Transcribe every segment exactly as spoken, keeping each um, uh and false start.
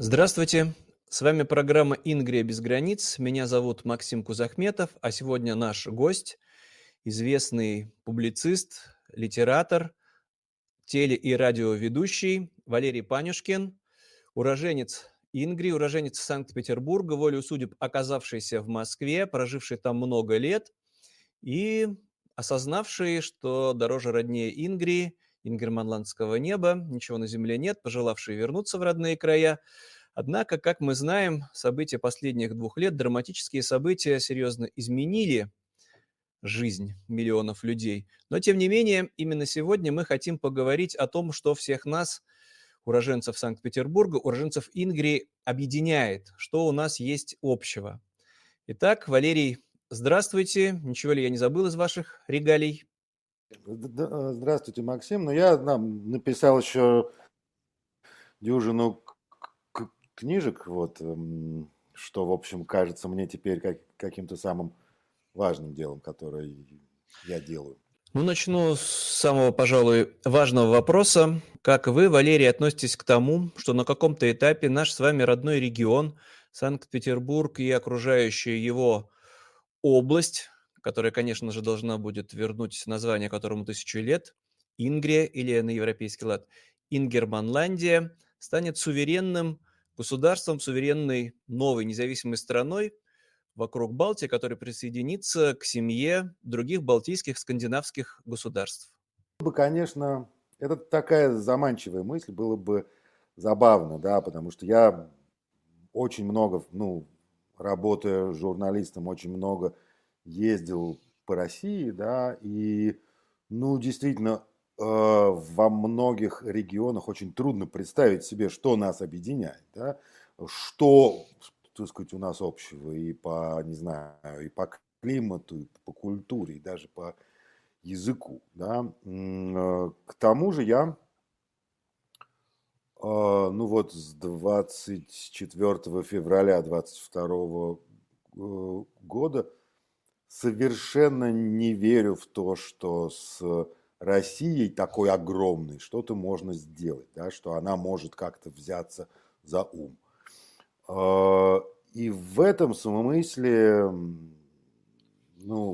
Здравствуйте! С вами программа "Ингрия без границ". Меня зовут Максим Кузахметов, а сегодня наш гость, известный публицист, литератор, теле- и радиоведущий Валерий Панюшкин, уроженец Ингрии, уроженец Санкт-Петербурга, волею судеб оказавшийся в Москве, проживший там много лет и осознавший, что дороже роднее Ингрии, ингерманландского неба, ничего на земле нет, пожелавший вернуться в родные края. Однако, как мы знаем, события последних двух лет, драматические события, серьезно изменили жизнь миллионов людей. Но, тем не менее, именно сегодня мы хотим поговорить о том, что всех нас, уроженцев Санкт-Петербурга, уроженцев Ингрии, объединяет, что у нас есть общего. Итак, Валерий, здравствуйте. Ничего ли я не забыл из ваших регалий? Д- д- Здравствуйте, Максим. Ну, я нам написал еще дюжину к- к- книжек, вот, эм, что, в общем, кажется мне теперь как, каким-то самым важным делом, которое я делаю. Ну, начну с самого, пожалуй, важного вопроса. Как вы, Валерий, относитесь к тому, что на каком-то этапе наш с вами родной регион, Санкт-Петербург и окружающая его область, которая, конечно же, должна будет вернуть название которому тысячу лет, Ингрия или на европейский лад Ингерманландия, станет суверенным государством, суверенной новой независимой страной вокруг Балтии, который присоединится к семье других балтийских скандинавских государств. Бы, конечно, это такая заманчивая мысль, было бы забавно, да, потому что я очень много, ну, работая журналистом, очень много ездил по России, да, и, ну, действительно, э, во многих регионах очень трудно представить себе, что нас объединяет, да, что, так сказать, у нас общего и по, не знаю, и по климату, и по культуре, и даже по языку, да. М, э, К тому же я а, ну вот с двадцать четвёртого февраля двадцать второго э, года совершенно не верю в то, что с Россией такой огромной что-то можно сделать, да, что она может как-то взяться за ум. А, И в этом смысле, м, ну,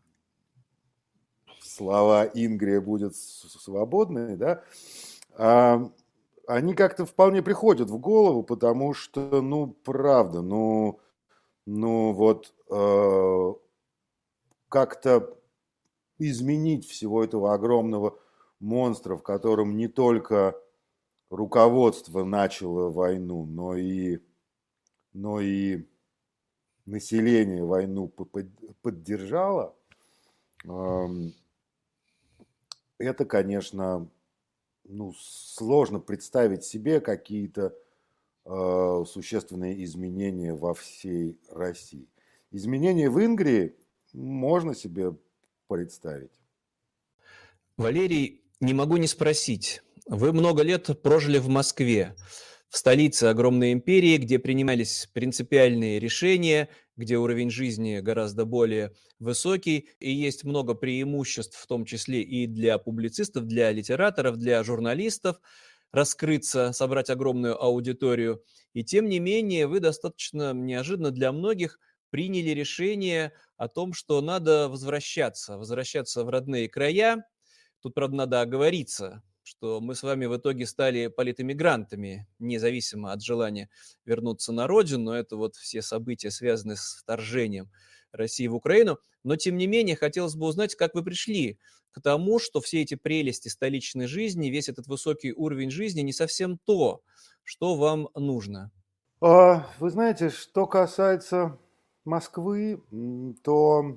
слова Ингрия будет с- свободны, да, а, они как-то вполне приходят в голову, потому что, ну, правда, ну, ну вот э, как-то изменить всего этого огромного монстра, в котором не только руководство начало войну, но и, но и население войну поддержало, эм, это, конечно, ну, сложно представить себе какие-то э, существенные изменения во всей России. Изменения в Ингрии можно себе представить. Валерий, не могу не спросить. Вы много лет прожили в Москве, в столице огромной империи, где принимались принципиальные решения, где уровень жизни гораздо более высокий, и есть много преимуществ, в том числе и для публицистов, для литераторов, для журналистов, раскрыться, собрать огромную аудиторию. И тем не менее, вы достаточно неожиданно для многих приняли решение о том, что надо возвращаться, возвращаться в родные края. Тут, правда, надо оговориться, что мы с вами в итоге стали политэмигрантами, независимо от желания вернуться на родину. Но это вот все события, связанные с вторжением России в Украину. Но, тем не менее, хотелось бы узнать, как вы пришли к тому, что все эти прелести столичной жизни, весь этот высокий уровень жизни не совсем то, что вам нужно. А, Вы знаете, что касается Москвы, м, то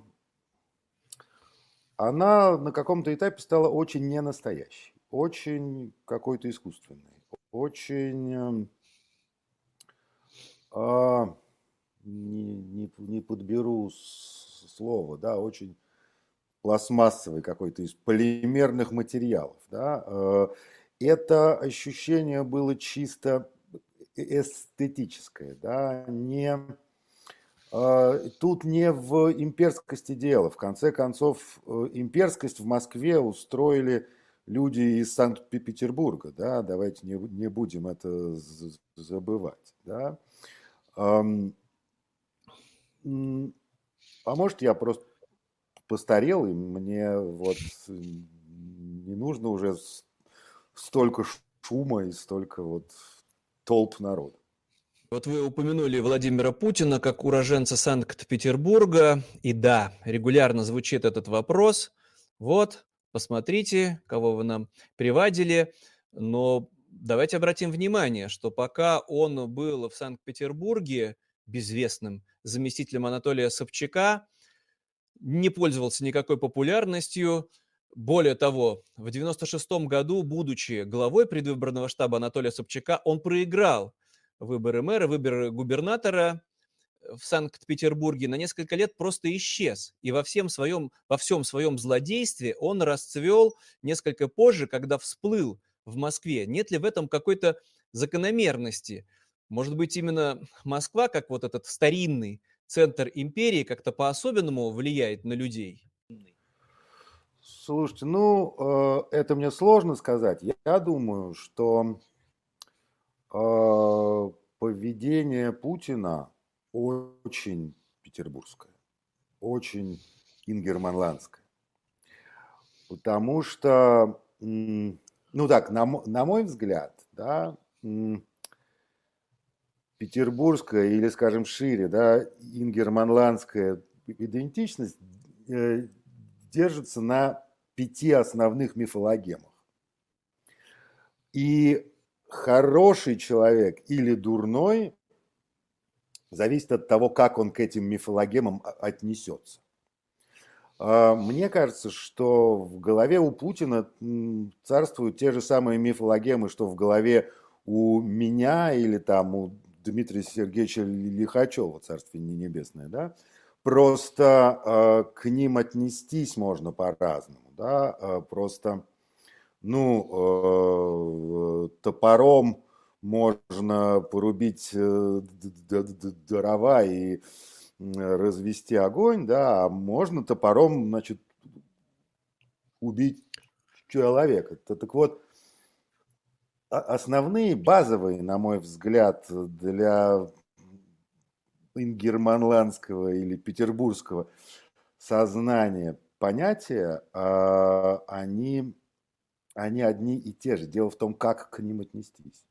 она на каком-то этапе стала очень ненастоящей, очень какой-то искусственной, очень, эм, а, не, не, не подберу с- слово, да, очень пластмассовый какой-то из полимерных материалов, да. Э, Это ощущение было чисто э, эстетическое, да, не, э, тут не в имперскости дело. В конце концов, э, имперскость в Москве устроили люди из Санкт-Петербурга, да, давайте не, не будем это забывать, да. А может, я просто постарел, и мне вот не нужно уже столько шума и столько вот толп народа. Вот вы упомянули Владимира Путина как уроженца Санкт-Петербурга, и да, регулярно звучит этот вопрос. Вот, посмотрите, кого вы нам приводили, но давайте обратим внимание, что пока он был в Санкт-Петербурге безвестным заместителем Анатолия Собчака, не пользовался никакой популярностью. Более того, в девяносто шестом году, будучи главой предвыборного штаба Анатолия Собчака, он проиграл выборы мэра, выборы губернатора в Санкт-Петербурге, на несколько лет просто исчез. И во всем своем, во всем своем злодействе он расцвел несколько позже, когда всплыл в Москве. Нет ли в этом какой-то закономерности? Может быть, именно Москва, как вот этот старинный центр империи, как-то по-особенному влияет на людей? Слушайте, ну, э, это мне сложно сказать. Я, я думаю, что э, поведение Путина очень петербургское, очень ингерманландское. Потому что, ну так, на, на мой взгляд, да, петербургская или, скажем, шире, да, ингерманландская идентичность э, держится на пяти основных мифологемах. И хороший человек или дурной зависит от того, как он к этим мифологемам отнесется. Мне кажется, что в голове у Путина царствуют те же самые мифологемы, что в голове у меня или там у Дмитрия Сергеевича Лихачева, царствие небесное, да, просто э, к ним отнестись можно по-разному, да, э, просто, ну, э, топором можно порубить э, дрова и развести огонь, да, а можно топором, значит, убить человека. Так вот, основные, базовые, на мой взгляд, для ингерманландского или петербургского сознания понятия, они, они одни и те же. Дело в том, как к ним отнестись.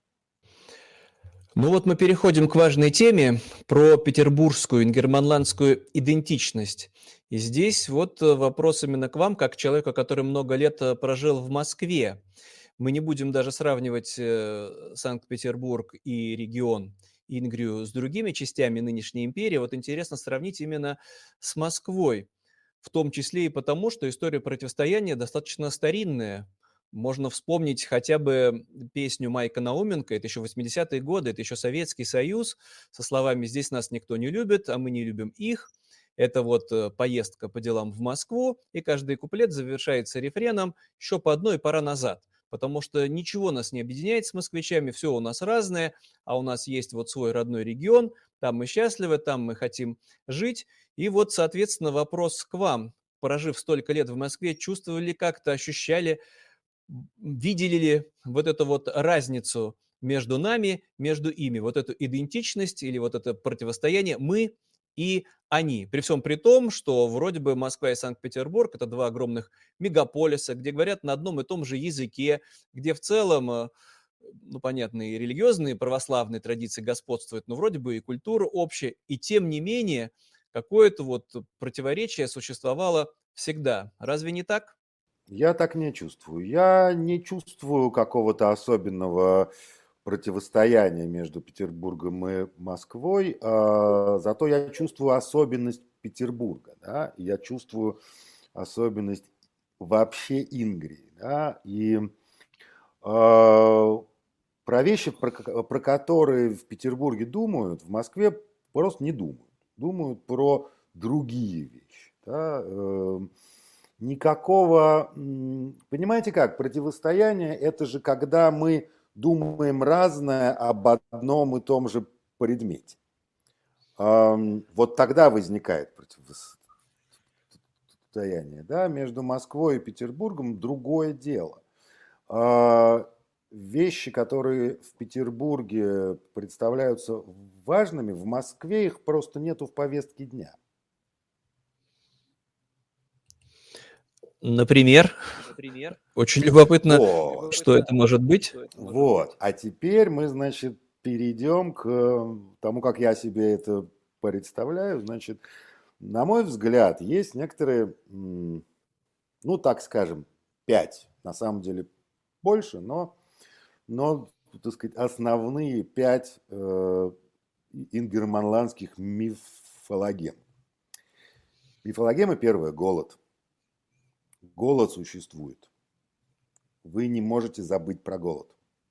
Ну вот мы переходим к важной теме про петербургскую ингерманландскую идентичность. И здесь вот вопрос именно к вам, как к человеку, который много лет прожил в Москве. Мы не будем даже сравнивать Санкт-Петербург и регион Ингрию с другими частями нынешней империи. Вот интересно сравнить именно с Москвой, в том числе и потому, что история противостояния достаточно старинная. Можно вспомнить хотя бы песню Майка Науменко, это еще восьмидесятые годы, это еще Советский Союз, со словами «Здесь нас никто не любит, а мы не любим их». Это вот поездка по делам в Москву, и каждый куплет завершается рефреном «Еще по одной, пора назад». Потому что ничего нас не объединяет с москвичами, все у нас разное, а у нас есть вот свой родной регион, там мы счастливы, там мы хотим жить. И вот, соответственно, вопрос к вам. Прожив столько лет в Москве, чувствовали как-то, ощущали, видели ли вот эту вот разницу между нами, между ими, вот эту идентичность или вот это противостояние «мы» и «они». При всем при том, что вроде бы Москва и Санкт-Петербург – это два огромных мегаполиса, где говорят на одном и том же языке, где в целом, ну, понятно, и религиозные православные традиции господствуют, но вроде бы и культура общая, и тем не менее какое-то вот противоречие существовало всегда. Разве не так? Я так не чувствую. Я не чувствую какого-то особенного противостояния между Петербургом и Москвой, а, зато я чувствую особенность Петербурга, да, я чувствую особенность вообще Ингрии, да, и а, про вещи, про, про которые в Петербурге думают, в Москве просто не думают, думают про другие вещи, да, э, никакого, понимаете как, противостояние это же когда мы думаем разное об одном и том же предмете. Вот тогда возникает противостояние. Да? Между Москвой и Петербургом другое дело. А, вещи, которые в Петербурге представляются важными, в Москве их просто нету в повестке дня. Например, очень любопытно, Вот. что это может быть. Вот. А теперь мы, значит, перейдем к тому, как я себе это представляю. Значит, на мой взгляд, есть некоторые, м, ну, так скажем, пять, на самом деле больше, но, но так сказать, основные пять э, ингерманландских мифологем. Мифологема первая – голод. Голод существует. Вы не можете забыть про голод.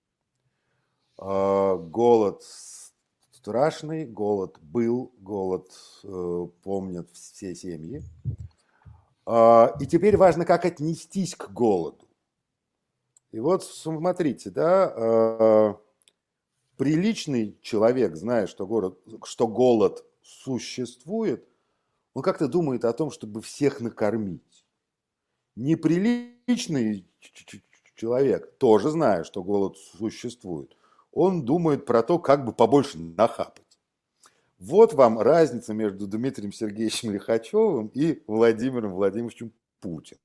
А, голод страшный, голод был, голод э, помнят все семьи. А, и теперь важно, как отнестись к голоду. И вот смотрите, да, э, приличный человек, зная, что, город, что голод существует, он как-то думает о том, чтобы всех накормить. Неприличный человек, тоже зная, что голод существует, он думает про то, как бы побольше нахапать. Вот вам разница между Дмитрием Сергеевичем Лихачевым и Владимиром Владимировичем Путиным.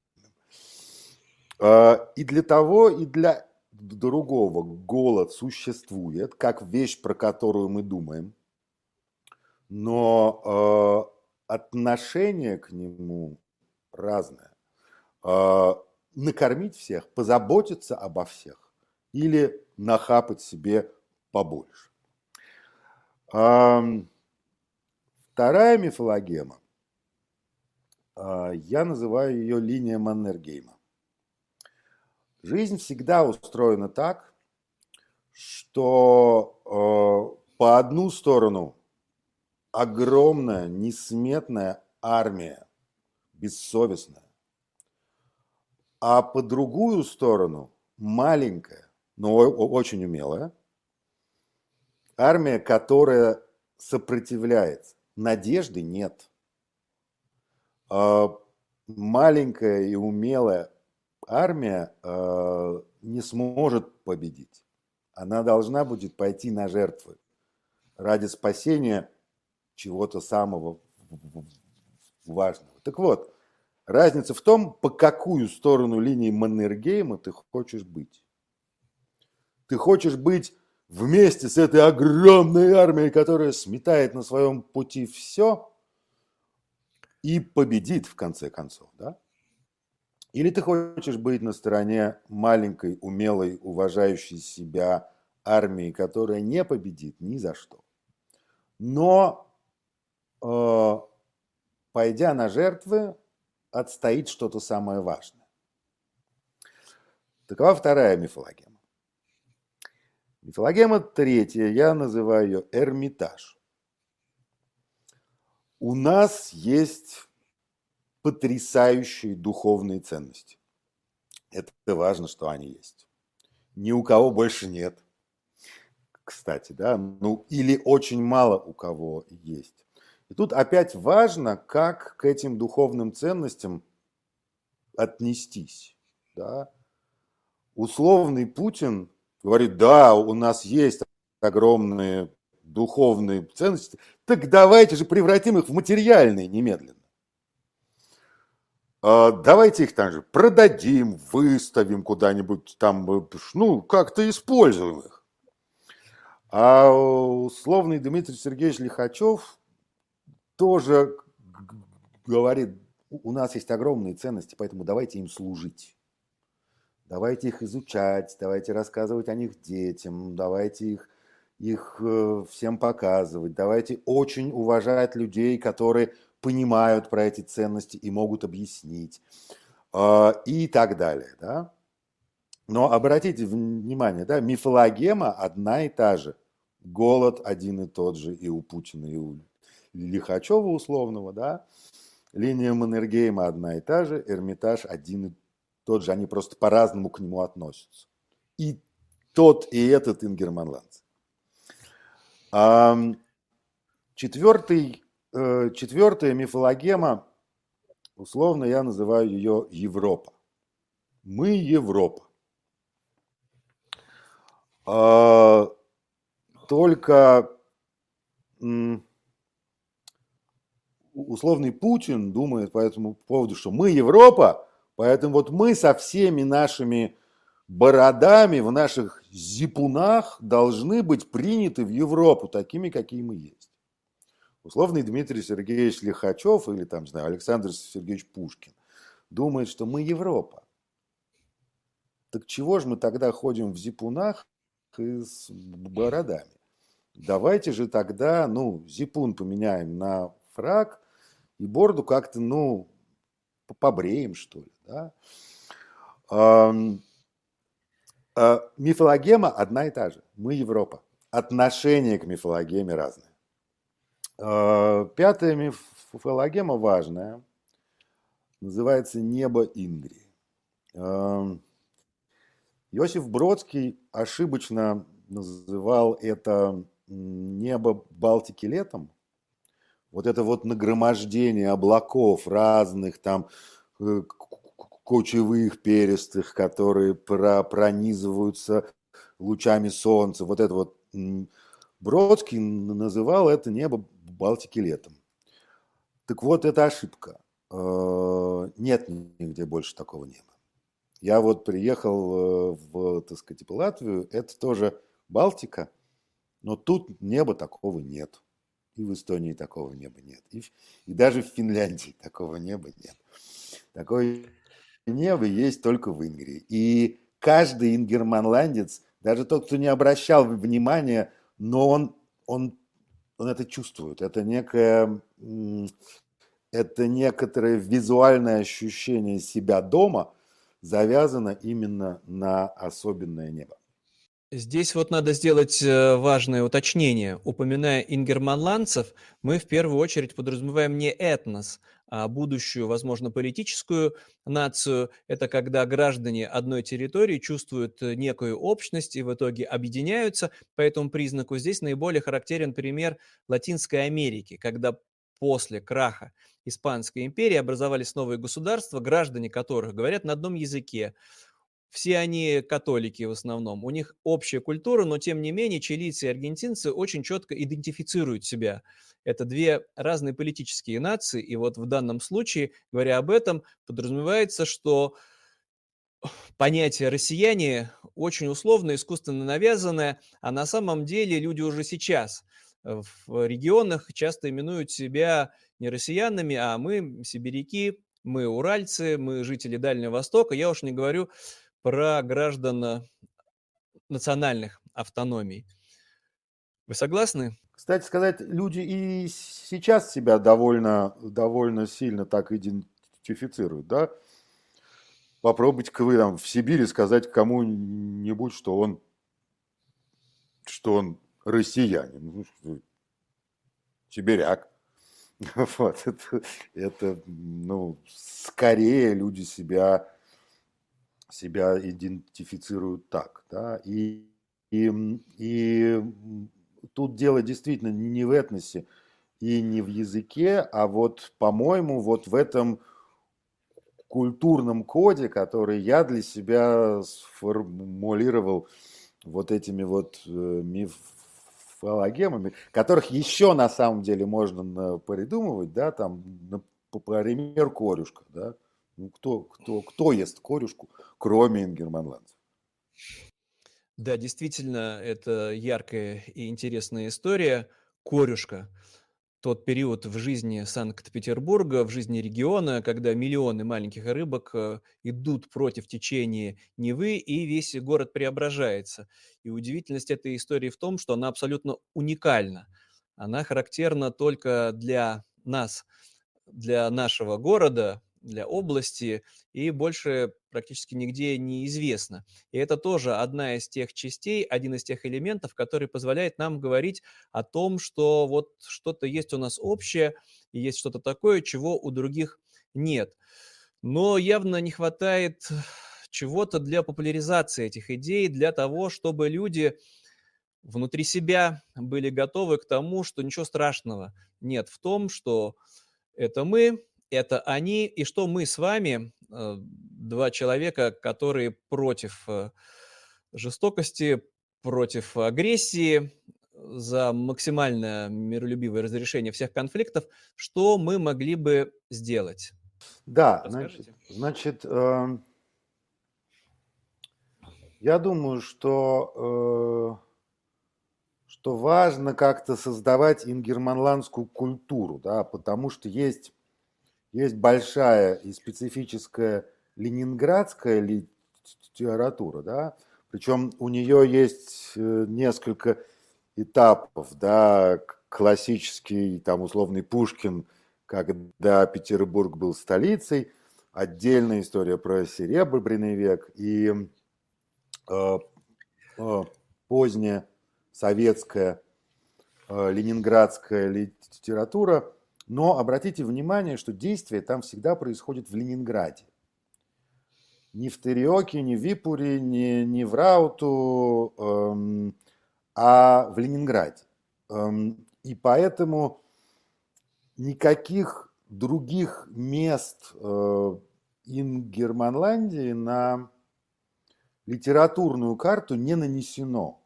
И для того, и для другого голод существует, как вещь, про которую мы думаем, но отношение к нему разное. Накормить всех, позаботиться обо всех или нахапать себе побольше. Вторая мифологема, я называю ее линия Маннергейма. Жизнь всегда устроена так, что по одну сторону огромная, несметная армия, бессовестная, а по другую сторону маленькая, но очень умелая армия, которая сопротивляется. Надежды нет. Маленькая и умелая армия не сможет победить. Она должна будет пойти на жертвы ради спасения чего-то самого важного. Так вот, разница в том, по какую сторону линии Маннергейма ты хочешь быть. Ты хочешь быть вместе с этой огромной армией, которая сметает на своем пути все и победит в конце концов, да? Или ты хочешь быть на стороне маленькой, умелой, уважающей себя армии, которая не победит ни за что, но, э, пойдя на жертвы, отстоит что-то самое важное. Такова вторая мифологема. Мифологема третья, я называю ее Эрмитаж. У нас есть потрясающие духовные ценности. Это важно, что они есть. Ни у кого больше нет. Кстати, да, ну или очень мало у кого есть. И тут опять важно, как к этим духовным ценностям отнестись. Да? Условный Путин говорит, да, у нас есть огромные духовные ценности, так давайте же превратим их в материальные немедленно. Давайте их там же продадим, выставим куда-нибудь там, ну, как-то используем их. А условный Дмитрий Сергеевич Лихачев тоже говорит, у нас есть огромные ценности, поэтому давайте им служить. Давайте их изучать, давайте рассказывать о них детям, давайте их, их всем показывать, давайте очень уважать людей, которые понимают про эти ценности и могут объяснить, и так далее. Да? Но обратите внимание, да, мифологема одна и та же. Голод один и тот же и у Путина, и у Лихачева условного. Да? Линия Маннергейма одна и та же, Эрмитаж один и тот же. Они просто по-разному к нему относятся. И тот, и этот ингерманландцы. Четвертый Четвертая мифологема, условно я называю ее Европа. Мы Европа. А, только м, условный Путин думает по этому поводу, что мы Европа, поэтому вот мы со всеми нашими бородами в наших зипунах должны быть приняты в Европу такими, какие мы есть. Условный Дмитрий Сергеевич Лихачев или там, не знаю, Александр Сергеевич Пушкин думает, что мы Европа. Так чего же мы тогда ходим в зипунах и с бородами? Давайте же тогда, ну, зипун поменяем на фрак и бороду как-то, ну, побреем, что ли, да? А, а, мифологема одна и та же. Мы Европа. Отношение к мифологеме разное. А, пятая мифологема важная. Называется «Небо Ингрии». А, Иосиф Бродский ошибочно называл это небо Балтики летом. Вот это вот нагромождение облаков разных там э, кучевых, перистых, которые пронизываются лучами солнца. Вот это вот Бродский называл это небо Балтики летом. Так вот, это ошибка. Нет нигде больше такого неба. Я вот приехал в, так сказать, в Латвию, это тоже Балтика, но тут неба такого нет. И в Эстонии такого неба нет. И, и даже в Финляндии такого неба нет. Такое небо есть только в Ингрии. И каждый ингерманландец, даже тот, кто не обращал внимания, но он, он, он это чувствует. Это некое, это некоторое визуальное ощущение себя дома завязано именно на особенное небо. Здесь вот надо сделать важное уточнение. Упоминая ингерманландцев, мы в первую очередь подразумеваем не этнос, а будущую, возможно, политическую нацию. Это когда граждане одной территории чувствуют некую общность и в итоге объединяются по этому признаку. Здесь наиболее характерен пример Латинской Америки, когда после краха Испанской империи образовались новые государства, граждане которых говорят на одном языке. Все они католики в основном, у них общая культура, но тем не менее чилийцы и аргентинцы очень четко идентифицируют себя. Это две разные политические нации, и вот в данном случае, говоря об этом, подразумевается, что понятие «россияне» очень условно, искусственно навязанное, а на самом деле люди уже сейчас в регионах часто именуют себя не россиянами, а мы сибиряки, мы уральцы, мы жители Дальнего Востока. Я уж не говорю про граждан национальных автономий. Вы согласны? Кстати сказать, люди и сейчас себя довольно, довольно сильно так идентифицируют, да? Попробуйте-ка вы там в Сибири сказать кому-нибудь, что он, что он россиянин, ну, сибиряк. Вот, это, это, ну, скорее люди себя, себя идентифицируют так, да, и, и, и тут дело действительно не в этносе и не в языке, а вот, по-моему, вот в этом культурном коде, который я для себя сформулировал вот этими вот мифологемами, которых еще на самом деле можно придумывать, да, там, например, корюшка, да. Ну, кто, кто, кто ест корюшку, кроме ингерманландцев? Да, действительно, это яркая и интересная история. Корюшка. Тот период в жизни Санкт-Петербурга, в жизни региона, когда миллионы маленьких рыбок идут против течения Невы, и весь город преображается. И удивительность этой истории в том, что она абсолютно уникальна. Она характерна только для нас, для нашего города, для области, и больше практически нигде не известно. И это тоже одна из тех частей, один из тех элементов, который позволяет нам говорить о том, что вот что-то есть у нас общее, и есть что-то такое, чего у других нет. Но явно не хватает чего-то для популяризации этих идей, для того, чтобы люди внутри себя были готовы к тому, что ничего страшного нет в том, что это мы, это они, и что мы с вами, два человека, которые против жестокости, против агрессии, за максимально миролюбивое разрешение всех конфликтов. Что мы могли бы сделать? Да, значит, Расскажите. значит, эм, я думаю, что, э, что важно как-то создавать ингерманландскую культуру, да, потому что есть, есть большая и специфическая ленинградская литература, да, причем у нее есть э, несколько этапов, да, к- классический, там, условный Пушкин, когда Петербург был столицей, отдельная история про Серебряный век и э, э, поздняя советская э, ленинградская литература. Но обратите внимание, что действие там всегда происходит в Ленинграде. Ни в Териоке, ни в Випуре, ни, ни в Рауту, эм, а в Ленинграде. Эм, и поэтому никаких других мест э, Ингерманландии на литературную карту не нанесено.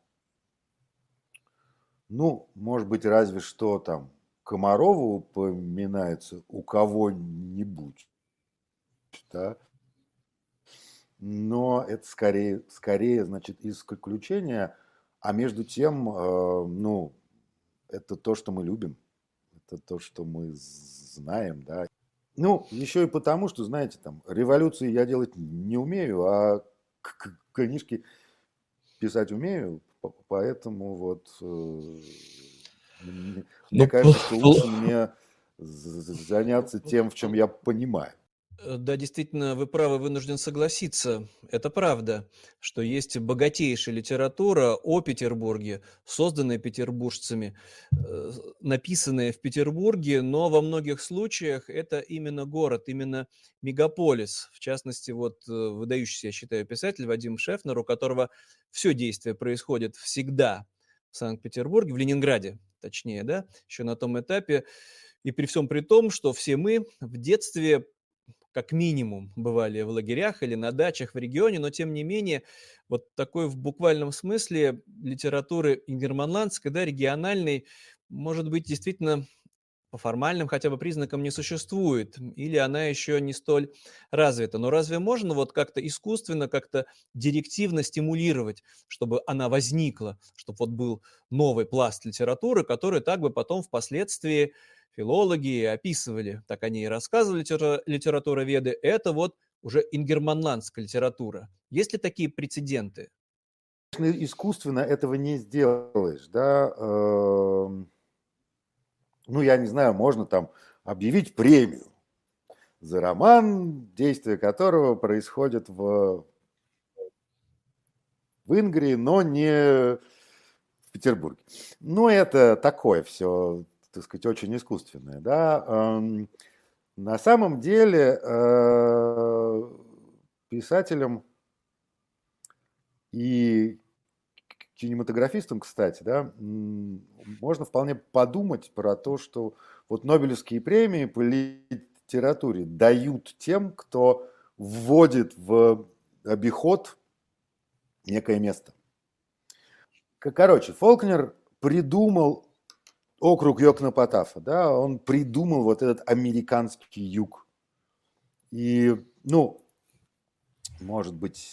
Ну, может быть, разве что там Комарова упоминается у кого-нибудь, да? Но это скорее, скорее, значит, исключение, а между тем, э, ну, это то, что мы любим, это то, что мы знаем, да. Ну, еще и потому, что, знаете, там, революции я делать не умею, а книжки писать умею, поэтому вот э, мне, мне Ну, кажется, что лучше мне заняться тем, в чем я понимаю. Э, Да, действительно, вы правы, вынужден согласиться. Это правда, что есть богатейшая литература о Петербурге, созданная петербуржцами, э, написанная в Петербурге, но во многих случаях это именно город, именно мегаполис. В частности, вот э, выдающийся, я считаю, писатель Вадим Шефнер, у которого все действие происходит всегда в Санкт-Петербурге, в Ленинграде, точнее, да, еще на том этапе. И при всем при том, что все мы в детстве как минимум бывали в лагерях или на дачах в регионе, но тем не менее вот такой в буквальном смысле литературы ингерманландской, да, региональной, может быть, действительно по формальным хотя бы признакам не существует, или она еще не столь развита. Но разве можно вот как-то искусственно, как-то директивно стимулировать, чтобы она возникла, чтобы вот был новый пласт литературы, который так бы потом впоследствии филологи описывали, так они и рассказывали, литера- литературоведы, это вот уже ингерманландская литература. Есть ли такие прецеденты? Конечно, искусственно этого не сделаешь, да. эм, Ну, я не знаю, можно там объявить премию за роман, действие которого происходит в, в Ингрии, но не в Петербурге. Ну, это такое все, так сказать, очень искусственное, да. Эм, На самом деле э, писателям и кинематографистам, кстати, да, м, можно вполне подумать про то, что вот Нобелевские премии по литературе дают тем, кто вводит в обиход некое место. К- Короче, Фолкнер придумал округ Йокнапатафа, да, он придумал вот этот американский юг. И, ну, может быть,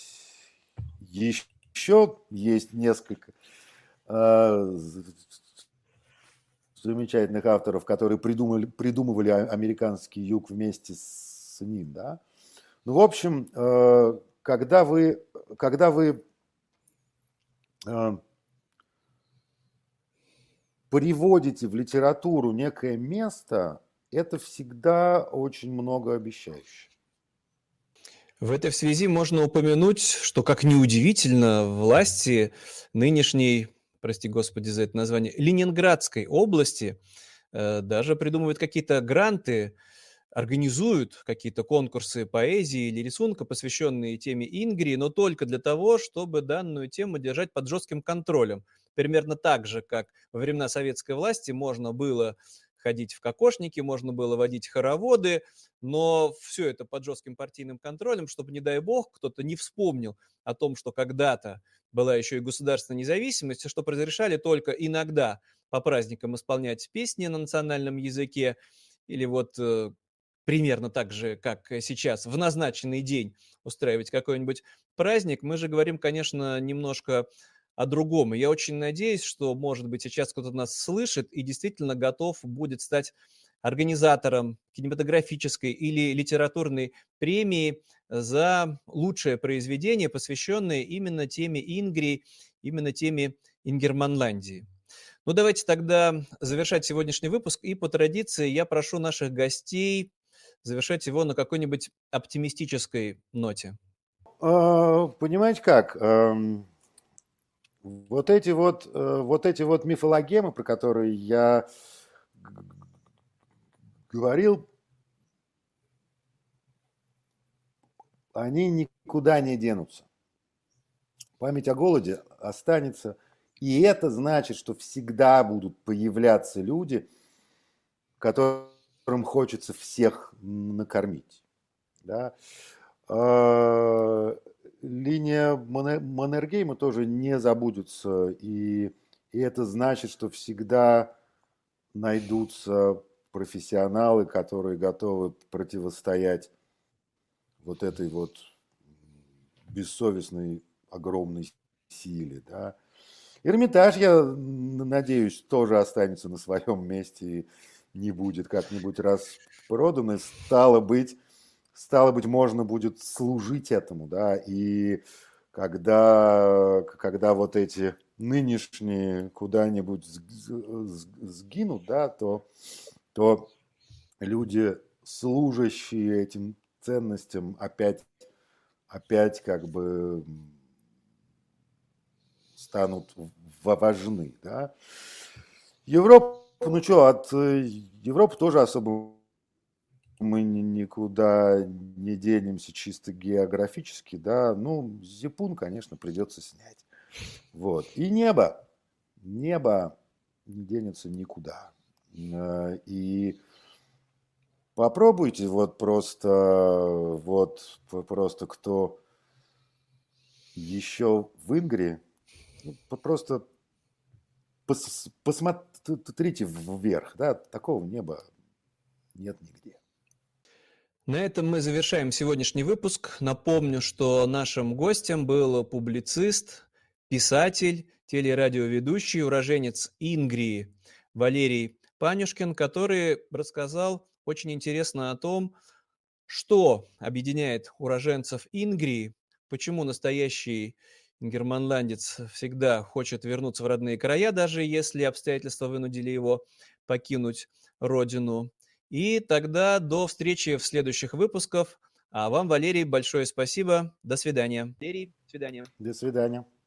еще есть несколько э, замечательных авторов, которые придумали, придумывали американский юг вместе с ним, да. Ну, в общем, э, когда вы, когда вы э, приводите в литературу некое место, это всегда очень многообещающе. В этой связи можно упомянуть, что, как ни удивительно, власти нынешней, прости господи за это название, Ленинградской области э, даже придумывают какие-то гранты, организуют какие-то конкурсы поэзии или рисунка, посвященные теме Ингрии, но только для того, чтобы данную тему держать под жестким контролем. Примерно так же, как во времена советской власти можно было ходить в кокошники, можно было водить хороводы, но все это под жестким партийным контролем, чтобы, не дай бог, кто-то не вспомнил о том, что когда-то была еще и государственная независимость, и что разрешали только иногда по праздникам исполнять песни на национальном языке, или вот э, примерно так же, как сейчас, в назначенный день устраивать какой-нибудь праздник. Мы же говорим, конечно, немножко о другом. И я очень надеюсь, что, может быть, сейчас кто-то нас слышит и действительно готов будет стать организатором кинематографической или литературной премии за лучшее произведение, посвященное именно теме Ингрии, именно теме Ингерманландии. Ну, давайте тогда завершать сегодняшний выпуск. И по традиции я прошу наших гостей завершать его на какой-нибудь оптимистической ноте. А, Понимаете как? Эм, Вот эти вот, э, вот эти вот мифологемы, про которые я г- говорил, они никуда не денутся. Память о голоде останется. И это значит, что всегда будут появляться люди, которым хочется всех накормить. Да? А, Линия Мане- Маннергейма тоже не забудется. И, и это значит, что всегда найдутся профессионалы, которые готовы противостоять вот этой вот бессовестной огромной силе. Да. Эрмитаж, я надеюсь, тоже останется на своем месте и не будет как-нибудь распродан. И стало быть, стало быть, можно будет служить этому, да, и когда, когда вот эти нынешние куда-нибудь сгинут, да, то, то люди, служащие этим ценностям, опять, опять как бы станут важны, да. Европа, ну что, от Европы тоже особо мы никуда не денемся чисто географически, да, ну, зипун, конечно, придется снять. Вот. И небо, небо не денется никуда. И попробуйте вот просто, вот просто кто еще в Ингрии, ну, просто пос, посмотрите вверх, да, такого неба нет нигде. На этом мы завершаем сегодняшний выпуск. Напомню, что нашим гостем был публицист, писатель, телерадиоведущий, уроженец Ингрии Валерий Панюшкин, который рассказал очень интересно о том, что объединяет уроженцев Ингрии, почему настоящий германландец всегда хочет вернуться в родные края, даже если обстоятельства вынудили его покинуть родину. И тогда до встречи в следующих выпусках. А вам, Валерий, большое спасибо. До свидания. Валерий, до свидания. До свидания.